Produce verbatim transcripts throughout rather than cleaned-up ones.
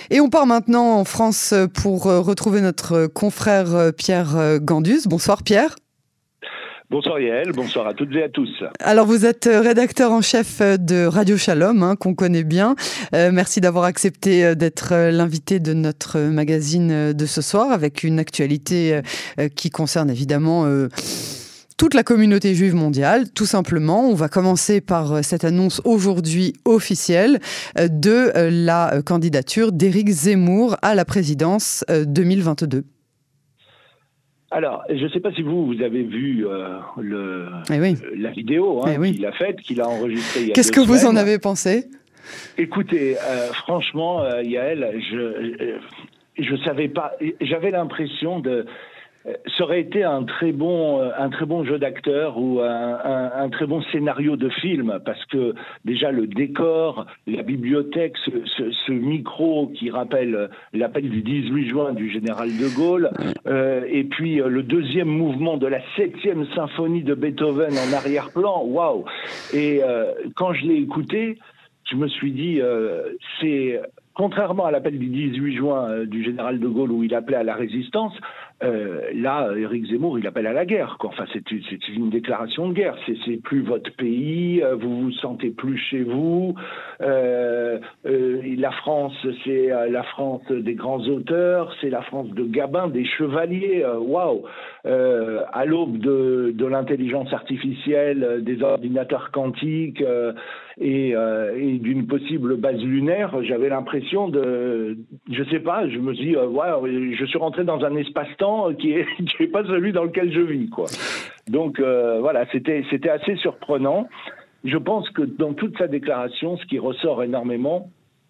Et on part maintenant en France pour retrouver notre confrère Pierre Gandus. Bonsoir Pierre. Bonsoir Yael, bonsoir à toutes et à tous. Alors vous êtes rédacteur en chef de Radio Shalom, hein, qu'on connaît bien. Euh, merci d'avoir accepté d'être l'invité de notre magazine de ce soir, avec une actualité euh, qui concerne évidemment euh, toute la communauté juive mondiale, tout simplement. On va commencer par cette annonce aujourd'hui officielle de la candidature d'Éric Zemmour à la présidence deux mille vingt-deux. Alors, je ne sais pas si vous, vous avez vu euh, le, eh oui. euh, la vidéo hein, eh oui. qu'il a faite, qu'il a enregistrée il y a Qu'est-ce deux que semaines. Vous en avez pensé? Écoutez, euh, franchement, euh, Yael, je euh, je savais pas, j'avais l'impression de... Ça aurait été un très bon, un très bon jeu d'acteur ou un, un, un très bon scénario de film, parce que déjà le décor, la bibliothèque, ce, ce, ce micro qui rappelle l'appel du dix-huit juin du général de Gaulle, euh, et puis le deuxième mouvement de la septième symphonie de Beethoven en arrière-plan, waouh! Et euh, quand je l'ai écouté, je me suis dit, euh, c'est contrairement à l'appel du dix-huit juin euh, du général de Gaulle où il appelait à la résistance. Euh, là, Éric Zemmour, il appelle à la guerre, quoi. Enfin, c'est une, c'est une déclaration de guerre. C'est, c'est plus votre pays, euh, vous vous sentez plus chez vous. Euh, euh, la France, c'est euh, la France des grands auteurs, c'est la France de Gabin, des chevaliers. Waouh! Wow. Euh, à l'aube de, de l'intelligence artificielle, des ordinateurs quantiques euh, et, euh, et d'une possible base lunaire, j'avais l'impression de, je sais pas, je me suis dit, euh, ouais, je suis rentré dans un espace-temps qui est, qui est pas celui dans lequel je vis, quoi. Donc euh, voilà, c'était, c'était assez surprenant. Je pense que dans toute sa déclaration, ce qui ressort énormément,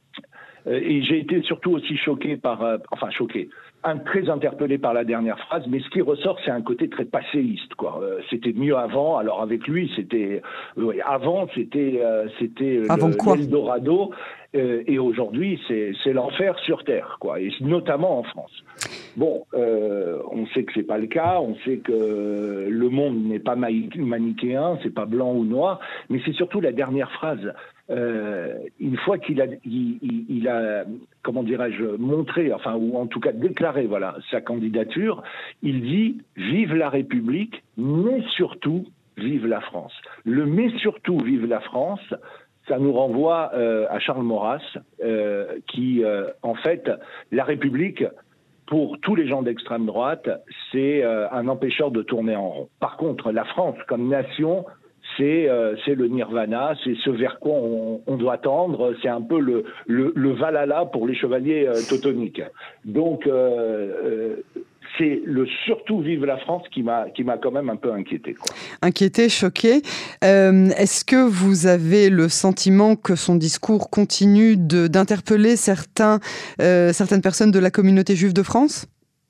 euh, et j'ai été surtout aussi choqué par, euh, enfin choqué, un, très interpellé par la dernière phrase, mais ce qui ressort, c'est un côté très passéiste, quoi. Euh, c'était mieux avant. Alors avec lui, c'était euh, avant, c'était euh, c'était avant le, quoi l'Eldorado, euh, et aujourd'hui, c'est c'est l'enfer sur terre, quoi, et notamment en France. Bon, euh, on sait que c'est pas le cas, on sait que le monde n'est pas manichéen, c'est pas blanc ou noir, mais c'est surtout la dernière phrase. Euh, une fois qu'il a, il, il, il a, comment dirais-je, montré, enfin, ou en tout cas déclaré, voilà, sa candidature, il dit « Vive la République, mais surtout, vive la France ». Le « mais surtout, vive la France », ça nous renvoie euh, à Charles Maurras, euh, qui, euh, en fait, la République, pour tous les gens d'extrême droite, c'est euh, un empêcheur de tourner en rond. Par contre, la France, comme nation, c'est euh, c'est le nirvana, c'est ce vers quoi on, on doit tendre, c'est un peu le, le, le Valhalla pour les chevaliers euh, teutoniques. Donc, euh, euh, c'est le surtout vive la France qui m'a qui m'a quand même un peu inquiété, quoi. Inquiété, choqué. Euh, est-ce que vous avez le sentiment que son discours continue de, d'interpeller certains, euh, certaines personnes de la communauté juive de France ?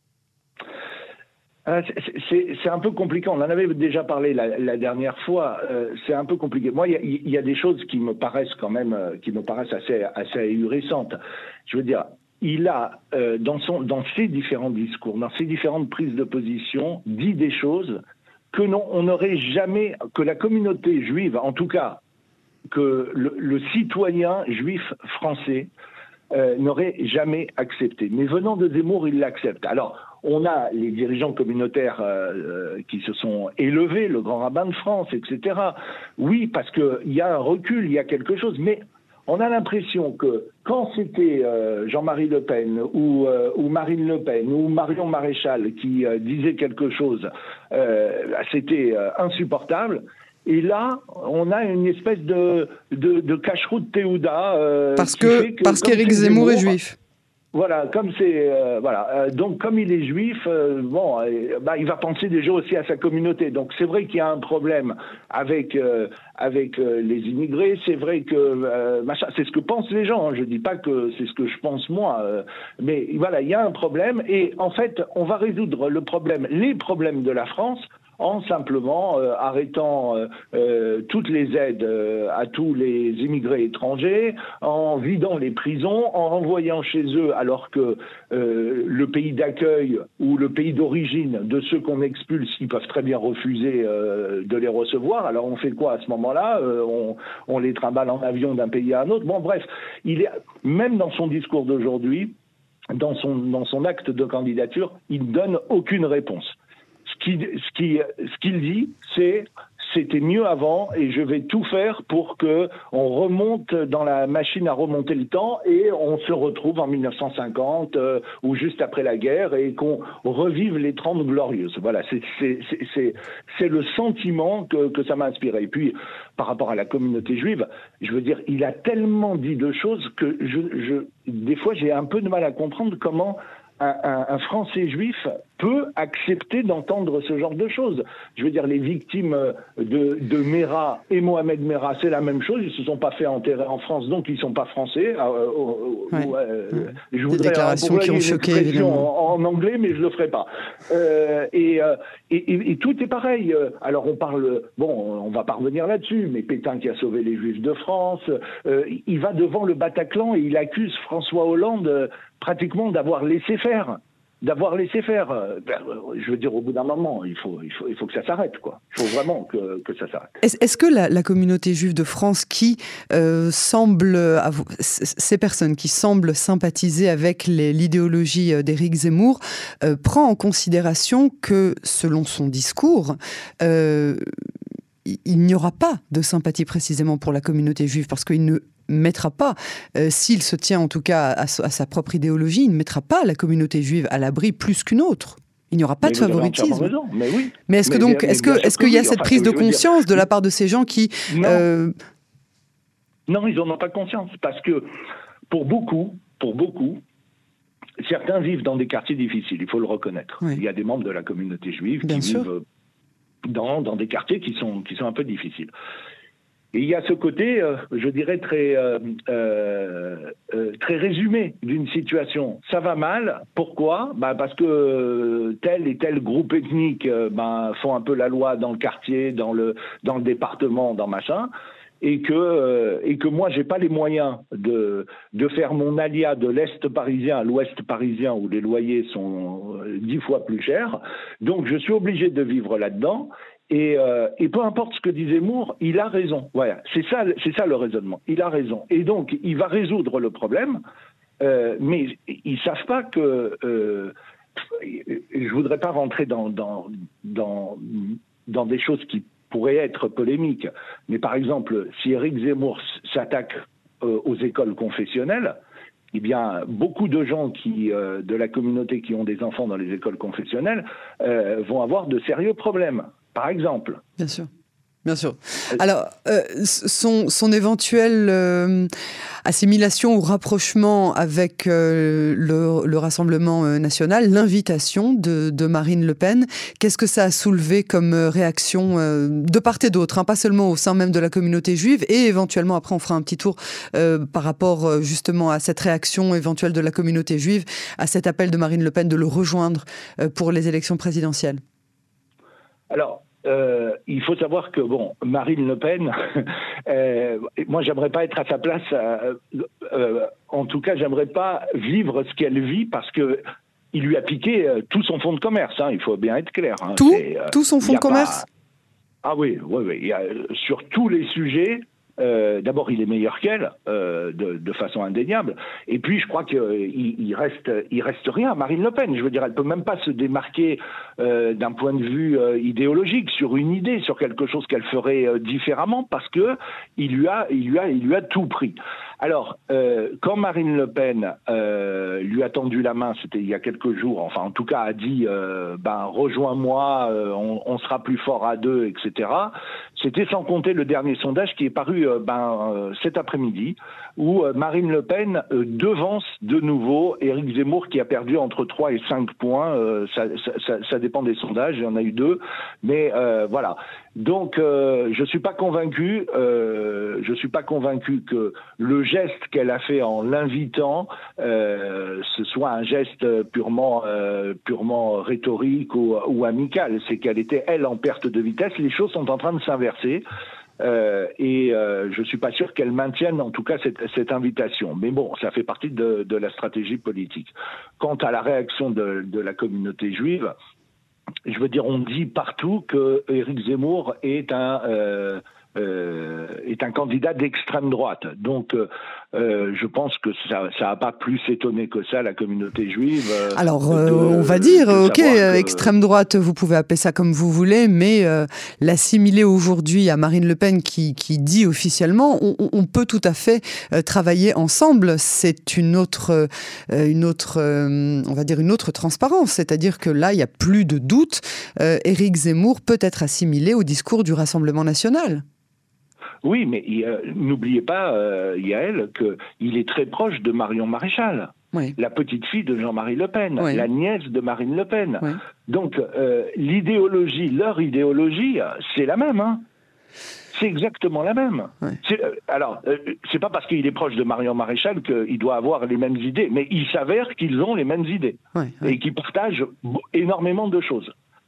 Euh, c'est, c'est, c'est un peu compliqué. On en avait déjà parlé la, la dernière fois. Euh, c'est un peu compliqué. Moi, il y, y a des choses qui me paraissent quand même, euh, qui me paraissent assez, assez ahurissantes. Je veux dire, il a euh, dans son, dans ses différents discours, dans ses différentes prises de position, dit des choses que non, on n'aurait jamais, que la communauté juive, en tout cas, que le, le citoyen juif français euh, n'aurait jamais accepté. Mais venant de Zemmour, il l'accepte. Alors, on a les dirigeants communautaires euh, qui se sont élevés, le grand rabbin de France, et cetera. Oui, parce qu'il y a un recul, il y a quelque chose, mais on a l'impression que quand c'était euh, Jean-Marie Le Pen ou, euh, ou Marine Le Pen ou Marion Maréchal qui euh, disait quelque chose, euh, c'était euh, insupportable. Et là, on a une espèce de, de, de cacheroute Théouda. Euh, parce que, que parce qu'Éric Zemmour est juif. Voilà, comme c'est euh, voilà, euh, donc comme il est juif, euh, bon, euh, bah, il va penser déjà aussi à sa communauté. Donc c'est vrai qu'il y a un problème avec euh, avec euh, les immigrés. C'est vrai que euh, machin, c'est ce que pensent les gens. Hein. Je dis pas que c'est ce que je pense moi, euh, mais voilà, il y a un problème. Et en fait, on va résoudre le problème, les problèmes de la France en simplement euh, arrêtant euh, euh, toutes les aides euh, à tous les immigrés étrangers, en vidant les prisons, en renvoyant chez eux, alors que euh, le pays d'accueil ou le pays d'origine de ceux qu'on expulse, ils peuvent très bien refuser euh, de les recevoir. Alors on fait quoi à ce moment-là? euh, on, on les trimballe en avion d'un pays à un autre. Bon, bref, il est, même dans son discours d'aujourd'hui, dans son, dans son acte de candidature, il ne donne aucune réponse. Ce qu'il ce qui, ce qu'il dit, c'est c'était mieux avant et je vais tout faire pour que on remonte dans la machine à remonter le temps et on se retrouve en mille neuf cent cinquante euh, ou juste après la guerre et qu'on revive les trente glorieuses. Voilà, c'est, c'est, c'est, c'est, c'est le sentiment que, que ça m'a inspiré. Et puis, par rapport à la communauté juive, je veux dire, il a tellement dit de choses que je, je, des fois j'ai un peu de mal à comprendre comment Un, un, un Français juif peut accepter d'entendre ce genre de choses. Je veux dire, les victimes de, de Mera et Mohamed Mera, c'est la même chose. Ils se sont pas fait enterrer en France, donc ils sont pas français. Euh, ouais. euh, ouais. Je Des déclarations qui ont choqué, évidemment. En, en anglais, mais je le ferai pas. Euh, et, euh, et, et, et tout est pareil. Alors on parle, bon, on va pas revenir là-dessus, mais Pétain qui a sauvé les Juifs de France, euh, il va devant le Bataclan et il accuse François Hollande euh, pratiquement d'avoir laissé faire, d'avoir laissé faire. Je veux dire, au bout d'un moment, il faut, il faut, il faut que ça s'arrête, quoi. Il faut vraiment que, que ça s'arrête. Est-ce, est-ce que la, la communauté juive de France, qui euh, semble, avoir, ces personnes qui semblent sympathiser avec les, l'idéologie d'Éric Zemmour, euh, prend en considération que, selon son discours, euh, il n'y aura pas de sympathie précisément pour la communauté juive, parce qu'il ne mettra pas, euh, s'il se tient en tout cas à, à sa propre idéologie, il ne mettra pas la communauté juive à l'abri plus qu'une autre. Il n'y aura pas mais de favoritisme. Mais, oui. mais est-ce que donc, mais, est-ce que, est-ce qu'il y a oui, cette enfin, prise de conscience dire... de la part de ces gens qui non. Euh... non, ils n'en ont pas conscience, parce que pour beaucoup, pour beaucoup, certains vivent dans des quartiers difficiles. Il faut le reconnaître. Oui. Il y a des membres de la communauté juive Bien qui sûr. vivent dans, dans des quartiers qui sont, qui sont un peu difficiles. Et il y a ce côté, euh, je dirais, très, euh, euh, très résumé d'une situation. Ça va mal. Pourquoi ? Bah parce que tel et tel groupe ethnique euh, bah, font un peu la loi dans le quartier, dans le, dans le département, dans machin, et que, euh, et que moi, j'ai pas les moyens de, de faire mon alia de l'Est parisien à l'Ouest parisien, où les loyers sont dix fois plus chers. Donc, je suis obligé de vivre là-dedans. Et, euh, et peu importe ce que dit Zemmour, il a raison. Voilà, c'est ça, c'est ça le raisonnement. Il a raison. Et donc, il va résoudre le problème, euh, mais ils savent pas que. Euh, je voudrais pas rentrer dans dans dans dans des choses qui pourraient être polémiques. Mais par exemple, si Éric Zemmour s'attaque euh, aux écoles confessionnelles, eh bien, beaucoup de gens qui, euh, de la communauté qui ont des enfants dans les écoles confessionnelles euh, vont avoir de sérieux problèmes. Par exemple. Bien sûr. Bien sûr. Alors, euh, son, son éventuelle euh, assimilation ou rapprochement avec euh, le, le Rassemblement national, l'invitation de, de Marine Le Pen, qu'est-ce que ça a soulevé comme réaction euh, de part et d'autre, hein, pas seulement au sein même de la communauté juive, et éventuellement, après on fera un petit tour euh, par rapport justement à cette réaction éventuelle de la communauté juive, à cet appel de Marine Le Pen de le rejoindre euh, pour les élections présidentielles. Alors, euh, il faut savoir que, bon, Marine Le Pen, euh, moi, j'aimerais pas être à sa place. Euh, euh, en tout cas, j'aimerais pas vivre ce qu'elle vit parce que il lui a piqué euh, tout son fonds de commerce. Hein, il faut bien être clair. Hein, tout, euh, tout son fonds de commerce. Pas... Ah oui, oui, oui. Il y a, sur tous les sujets. Euh, d'abord, il est meilleur qu'elle, euh, de, de façon indéniable. Et puis, je crois qu'il il reste, il reste rien. Marine Le Pen, je veux dire, elle peut même pas se démarquer euh, d'un point de vue euh, idéologique sur une idée, sur quelque chose qu'elle ferait euh, différemment, parce que il lui a, il lui a, il lui a tout pris. Alors, euh, quand Marine Le Pen euh, lui a tendu la main, c'était il y a quelques jours, enfin, en tout cas, a dit, euh, ben, rejoins-moi, euh, on, on sera plus fort à deux, et cetera. C'était sans compter le dernier sondage qui est paru euh, ben, euh, cet après-midi, où euh, Marine Le Pen euh, devance de nouveau Éric Zemmour qui a perdu entre trois et cinq points. Euh, ça, ça, ça dépend des sondages, il y en a eu deux. Mais euh, voilà. Donc, euh, je suis pas convaincu. Euh, je suis pas convaincu que le geste qu'elle a fait en l'invitant, euh, ce soit un geste purement, euh, purement rhétorique ou, ou amical. C'est qu'elle était elle en perte de vitesse. Les choses sont en train de s'inverser. Euh, et euh, je suis pas sûr qu'elle maintienne en tout cas cette, cette invitation. Mais bon, ça fait partie de, de la stratégie politique. Quant à la réaction de, de la communauté juive, je veux dire, on dit partout que Éric Zemmour est un euh, euh, est un candidat d'extrême droite. Donc, euh, je pense que ça ça n'a pas plus étonné que ça la communauté juive. Euh, Alors, euh, de, on va dire, ok, que... extrême droite, vous pouvez appeler ça comme vous voulez, mais euh, l'assimiler aujourd'hui à Marine Le Pen qui, qui dit officiellement, on, on peut tout à fait euh, travailler ensemble. C'est une autre, euh, une autre, euh, on va dire une autre transparence. C'est-à-dire que là, il n'y a plus de doute. Euh, Éric Zemmour peut être assimilé au discours du Rassemblement national. Oui, mais euh, n'oubliez pas, euh, Yael, qu'il est très proche de Marion Maréchal, oui. La petite fille de Jean-Marie Le Pen, oui. La nièce de Marine Le Pen. Oui. Donc, euh, l'idéologie, leur idéologie, c'est la même, hein. C'est exactement la même. Oui. Euh, alors, euh, c'est pas parce qu'il est proche de Marion Maréchal qu'il doit avoir les mêmes idées, mais il s'avère qu'ils ont les mêmes idées oui, oui. Et qu'ils partagent énormément de choses.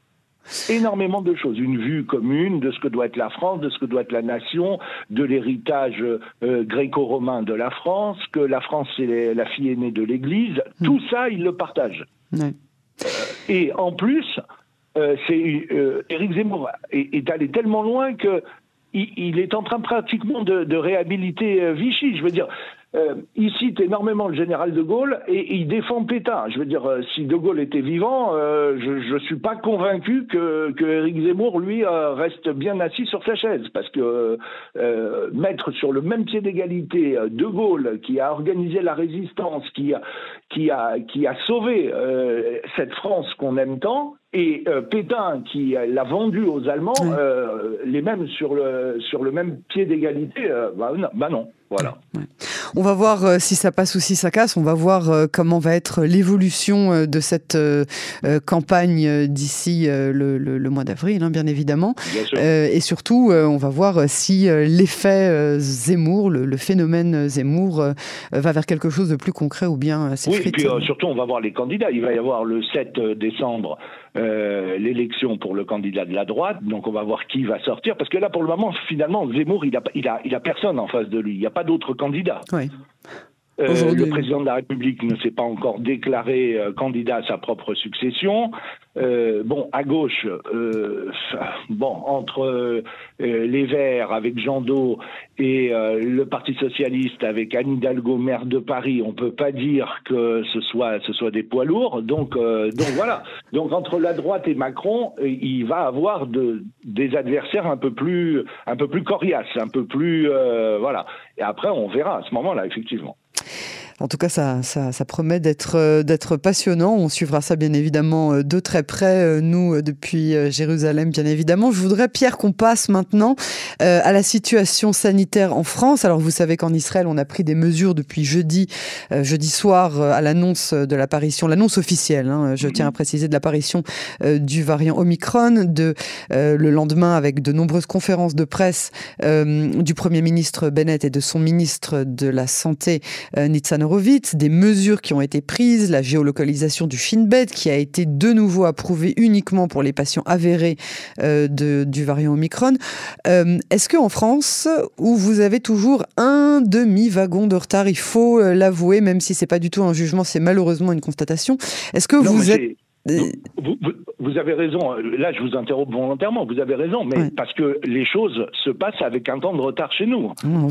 Énormément de choses, une vue commune de ce que doit être la France, de ce que doit être la nation, de l'héritage euh, gréco-romain de la France, que la France c'est la fille aînée de l'Église, mmh. Tout ça ils le partagent. Mmh. Euh, et en plus, euh, c'est euh, Éric Zemmour est, est allé tellement loin que il, il est en train pratiquement de, de réhabiliter euh, Vichy. Je veux dire. Euh, il cite énormément le général de Gaulle et, et il défend Pétain. Je veux dire, euh, si de Gaulle était vivant, euh, je ne suis pas convaincu que, que Éric Zemmour, lui, euh, reste bien assis sur sa chaise. Parce que euh, mettre sur le même pied d'égalité de Gaulle, qui a organisé la résistance, qui a, qui a, qui a sauvé euh, cette France qu'on aime tant, et euh, Pétain qui l'a vendu aux Allemands, oui. euh, les mêmes sur le, sur le même pied d'égalité, euh, bah, non, bah non, voilà. Ouais. On va voir euh, si ça passe ou si ça casse. On va voir euh, comment va être l'évolution euh, de cette euh, euh, campagne euh, d'ici euh, le, le, le mois d'avril, hein, bien évidemment. Bien sûr. Euh, et surtout, euh, on va voir si euh, l'effet euh, Zemmour, le, le phénomène Zemmour, euh, va vers quelque chose de plus concret ou bien euh, s'effrite. Oui, et puis euh, surtout, on va voir les candidats. Il va y avoir le sept décembre euh, l'élection pour le candidat de la droite. Donc, on va voir qui va sortir. Parce que là, pour le moment, finalement, Zemmour, il a, il a, il a personne en face de lui. Il n'y a pas d'autres candidats. Oui. Euh, le président de la République ne s'est pas encore déclaré euh, candidat à sa propre succession. Euh, bon, à gauche, euh, bon, entre euh, les Verts avec Jean Dau et euh, le Parti socialiste avec Anne Hidalgo, maire de Paris, on peut pas dire que ce soit ce soit des poids lourds. Donc euh, donc voilà. Donc entre la droite et Macron, il va avoir de, des adversaires un peu plus un peu plus coriaces, un peu plus euh, voilà. Et après, on verra à ce moment-là, effectivement. En tout cas, ça, ça, ça promet d'être, d'être passionnant. On suivra ça, bien évidemment, de très près, nous, depuis Jérusalem, bien évidemment. Je voudrais, Pierre, qu'on passe maintenant euh, à la situation sanitaire en France. Alors, vous savez qu'en Israël, on a pris des mesures depuis jeudi, euh, jeudi soir, à l'annonce de l'apparition, l'annonce officielle, hein, je tiens à préciser, de l'apparition euh, du variant Omicron, de, euh, le lendemain, avec de nombreuses conférences de presse euh, du Premier ministre Bennett et de son ministre de la Santé, euh, Nitzan Horowitz, des mesures qui ont été prises, la géolocalisation du Shin Bet qui a été de nouveau approuvée uniquement pour les patients avérés euh, de, du variant Omicron. Euh, est-ce qu'en France, où vous avez toujours un demi-wagon de retard, il faut euh, l'avouer, même si c'est pas du tout un jugement, c'est malheureusement une constatation, est-ce que non, vous êtes... Vous, vous, vous avez raison, là je vous interromps volontairement, vous avez raison, mais ouais. Parce que les choses se passent avec un temps de retard chez nous.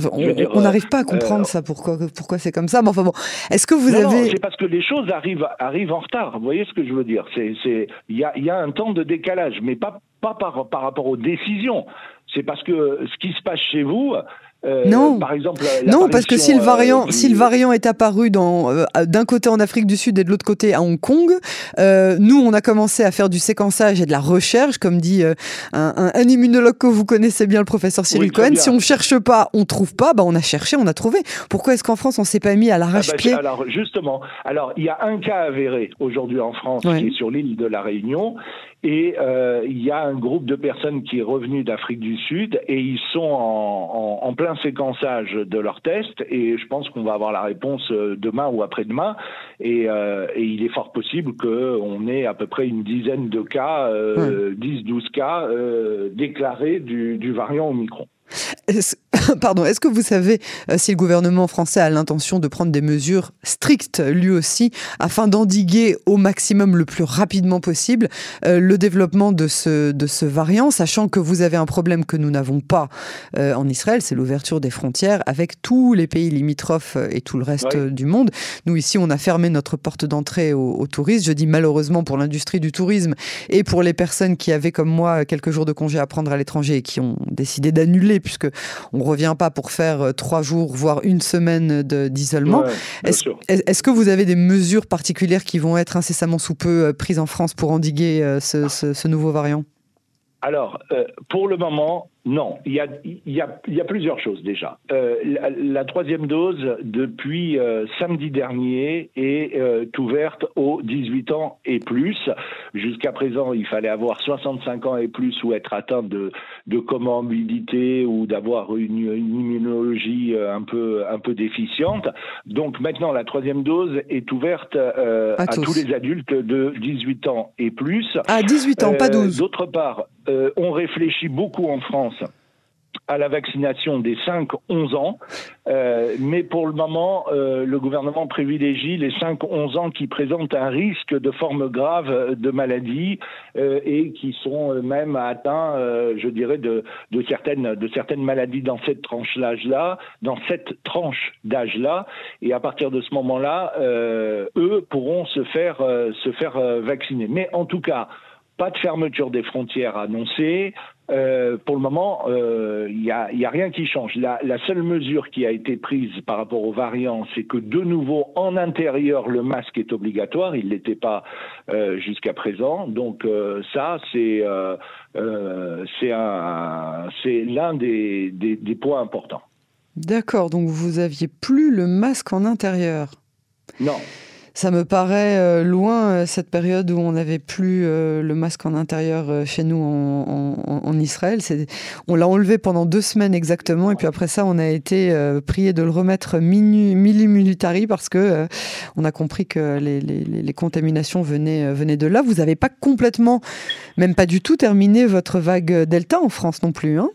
On n'arrive pas à comprendre euh, ça, pourquoi, pourquoi c'est comme ça, mais enfin bon, est-ce que vous non, avez... Non, c'est parce que les choses arrivent, arrivent en retard, vous voyez ce que je veux dire, il y a, y a un temps de décalage, mais pas, pas par, par rapport aux décisions, c'est parce que ce qui se passe chez vous... Euh, non, par exemple, non, parce que si le variant, euh, du... si le variant est apparu dans, euh, d'un côté en Afrique du Sud et de l'autre côté à Hong Kong, euh, nous, on a commencé à faire du séquençage et de la recherche, comme dit euh, un, un, un immunologue que vous connaissez bien, le professeur Cyril oui, Cohen. Si on cherche pas, on trouve pas. Bah, on a cherché, on a trouvé. Pourquoi est-ce qu'en France, on s'est pas mis à l'arrache-pied? ah bah, Alors justement, alors il y a un cas avéré aujourd'hui en France ouais. qui est sur l'île de la Réunion. Et euh, il y a un groupe de personnes qui est revenu d'Afrique du Sud et ils sont en, en, en plein séquençage de leurs tests et je pense qu'on va avoir la réponse demain ou après-demain et, euh, et il est fort possible qu'on ait à peu près une dizaine de cas, euh, ouais. dix douze cas euh, déclarés du, du variant Omicron. Est-ce, pardon, est-ce que vous savez euh, si le gouvernement français a l'intention de prendre des mesures strictes, lui aussi, afin d'endiguer au maximum le plus rapidement possible euh, le développement de ce, de ce variant, sachant que vous avez un problème que nous n'avons pas euh, en Israël, c'est l'ouverture des frontières avec tous les pays limitrophes et tout le reste oui. du monde. Nous, ici, on a fermé notre porte d'entrée aux, aux touristes. Je dis malheureusement pour l'industrie du tourisme et pour les personnes qui avaient, comme moi, quelques jours de congé à prendre à l'étranger et qui ont décidé d'annuler puisque on ne revient pas pour faire trois jours, voire une semaine de, d'isolement. Ouais, est-ce, est-ce que vous avez des mesures particulières qui vont être incessamment sous peu prises en France pour endiguer ce, ce, ce nouveau variant ? Alors, euh, pour le moment, non. Il y a, il y a, il y a plusieurs choses déjà. Euh, la, la troisième dose, depuis euh, samedi dernier, est euh, ouverte aux dix-huit ans et plus. Jusqu'à présent, il fallait avoir soixante-cinq ans et plus ou être atteint de, de comorbidité ou d'avoir une, une immunologie un peu, un peu déficiente. Donc maintenant, la troisième dose est ouverte euh, à, à tous. tous les adultes de dix-huit ans et plus. À dix-huit ans, euh, pas douze. D'autre part, euh, on réfléchit beaucoup en France à la vaccination des cinq onze ans, euh, mais pour le moment, euh, le gouvernement privilégie les cinq onze ans qui présentent un risque de forme grave de maladie euh, et qui sont même atteints, euh, je dirais, de, de, certaines, de certaines maladies dans cette tranche d'âge-là, dans cette tranche d'âge-là, et à partir de ce moment-là, euh, eux pourront se faire, euh, se faire euh, vacciner. Mais en tout cas, pas de fermeture des frontières annoncée. Euh, pour le moment, il euh, n'y a, y a rien qui change. La, la seule mesure qui a été prise par rapport aux variants, c'est que de nouveau, en intérieur, le masque est obligatoire. Il ne l'était pas euh, jusqu'à présent. Donc euh, ça, c'est, euh, euh, c'est, un, c'est l'un des, des, des points importants. D'accord, donc vous n'aviez plus le masque en intérieur ? Non. Ça me paraît euh, loin, euh, cette période où on n'avait plus euh, le masque en intérieur euh, chez nous en, en, en Israël. C'est, on l'a enlevé pendant deux semaines exactement, et puis après ça, on a été euh, prié de le remettre minu, millimilitari parce que euh, on a compris que les, les, les contaminations venaient, euh, venaient de là. Vous n'avez pas complètement, même pas du tout terminé votre vague Delta en France non plus, hein ?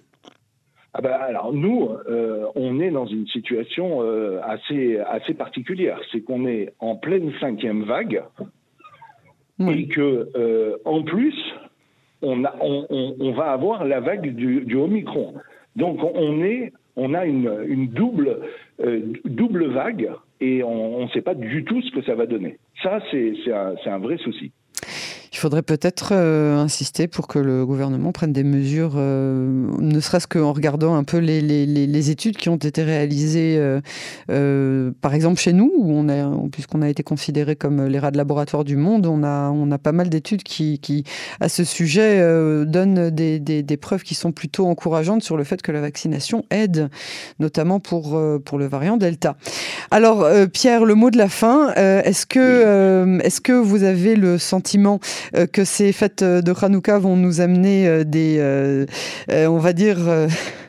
Ah ben alors nous, euh, on est dans une situation euh, assez assez particulière. C'est qu'on est en pleine cinquième vague oui. et que euh, en plus on a on, on, on va avoir la vague du, du Omicron. Donc on est on a une une double euh, double vague et on ne sait pas du tout ce que ça va donner. Ça c'est c'est un, c'est un vrai souci. Il faudrait peut-être euh, insister pour que le gouvernement prenne des mesures, euh, ne serait-ce qu'en regardant un peu les, les, les études qui ont été réalisées, euh, euh, par exemple chez nous, où on a, puisqu'on a été considérés comme les rats de laboratoire du monde, on a, on a pas mal d'études qui, qui à ce sujet, euh, donnent des, des, des preuves qui sont plutôt encourageantes sur le fait que la vaccination aide, notamment pour, euh, pour le variant Delta. Alors, euh, Pierre, le mot de la fin, euh, est-ce que, euh, est-ce que vous avez le sentiment Euh, que ces fêtes de Hanouka vont nous amener euh, des, euh, euh, on va dire, euh,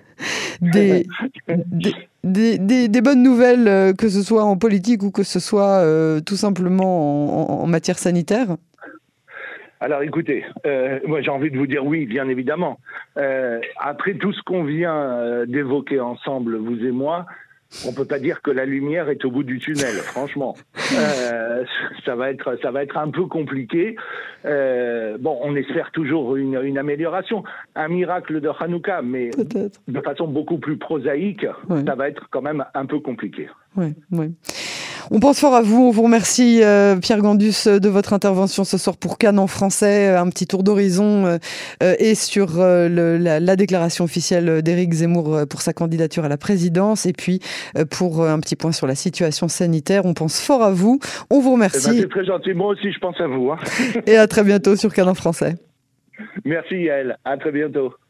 des, des, des, des, des bonnes nouvelles, euh, que ce soit en politique ou que ce soit euh, tout simplement en, en, en matière sanitaire ? Alors écoutez, euh, moi j'ai envie de vous dire oui, bien évidemment. Euh, après tout ce qu'on vient euh, d'évoquer ensemble, vous et moi, on peut pas dire que la lumière est au bout du tunnel, franchement. Euh, ça va être, ça va être un peu compliqué. Euh, bon, on espère toujours une, une amélioration, un miracle de Hanouka, mais peut-être de façon beaucoup plus prosaïque, oui. Ça va être quand même un peu compliqué. Oui, oui. On pense fort à vous. On vous remercie, euh, Pierre Gandus, de votre intervention ce soir pour Cannes en français. Un petit tour d'horizon euh, euh, et sur euh, le, la, la déclaration officielle d'Éric Zemmour pour sa candidature à la présidence. Et puis euh, pour un petit point sur la situation sanitaire. On pense fort à vous. On vous remercie. Eh ben, c'est très gentil. Moi aussi, je pense à vous. Hein. Et à très bientôt sur Cannes en français. Merci Yael. À très bientôt.